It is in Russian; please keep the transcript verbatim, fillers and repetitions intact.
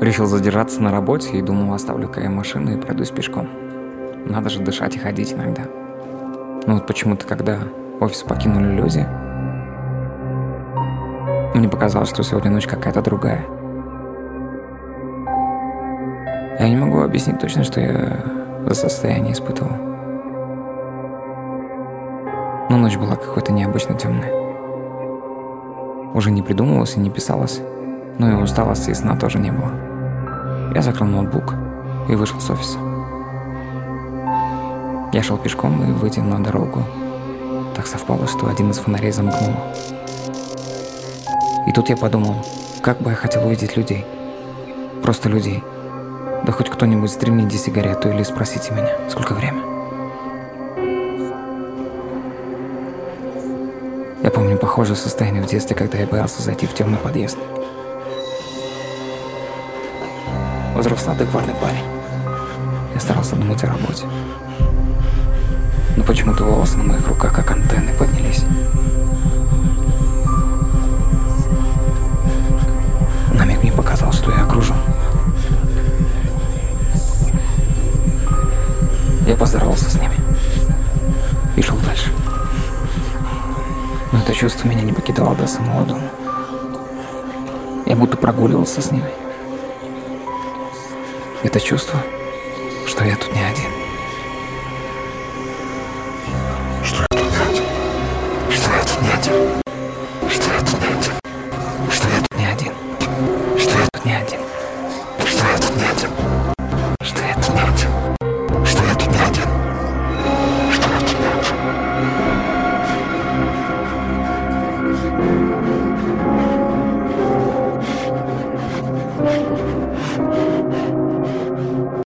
Решил задержаться на работе и думал, оставлю-ка я машину и пройдусь пешком. Надо же дышать и ходить иногда. Но вот почему-то, когда офис покинули люди, мне показалось, что сегодня ночь какая-то другая. Я не могу объяснить точно, что я за состояние испытывал. Но ночь была какой-то необычно темная. Уже не придумывалось и не писалось, но и усталости и сна тоже не было. Я закрыл ноутбук и вышел с офиса. Я шел пешком и, выйдя на дорогу, так совпало, что один из фонарей замкнул. И тут я подумал, как бы я хотел увидеть людей. Просто людей. Да хоть кто-нибудь стрельните сигарету или спросите меня, сколько время. Я помню похожее состояние в детстве, когда я боялся зайти в темный подъезд. Взрослый адекватный парень. Я старался думать о работе. Но почему-то волосы на моих руках, как антенны, поднялись. На миг мне показалось, что я окружен. Я поздоровался с ними и шел дальше. Но это чувство меня не покидало до самого дома. Я будто прогуливался с ними. Это чувство, что я тут не один. Что я тут не один? Что я тут не один? Что я тут не один? Что я тут не один? Что я тут не один? Что я тут не один? Что я тут не один? Что я тут не один? Что я тут не один?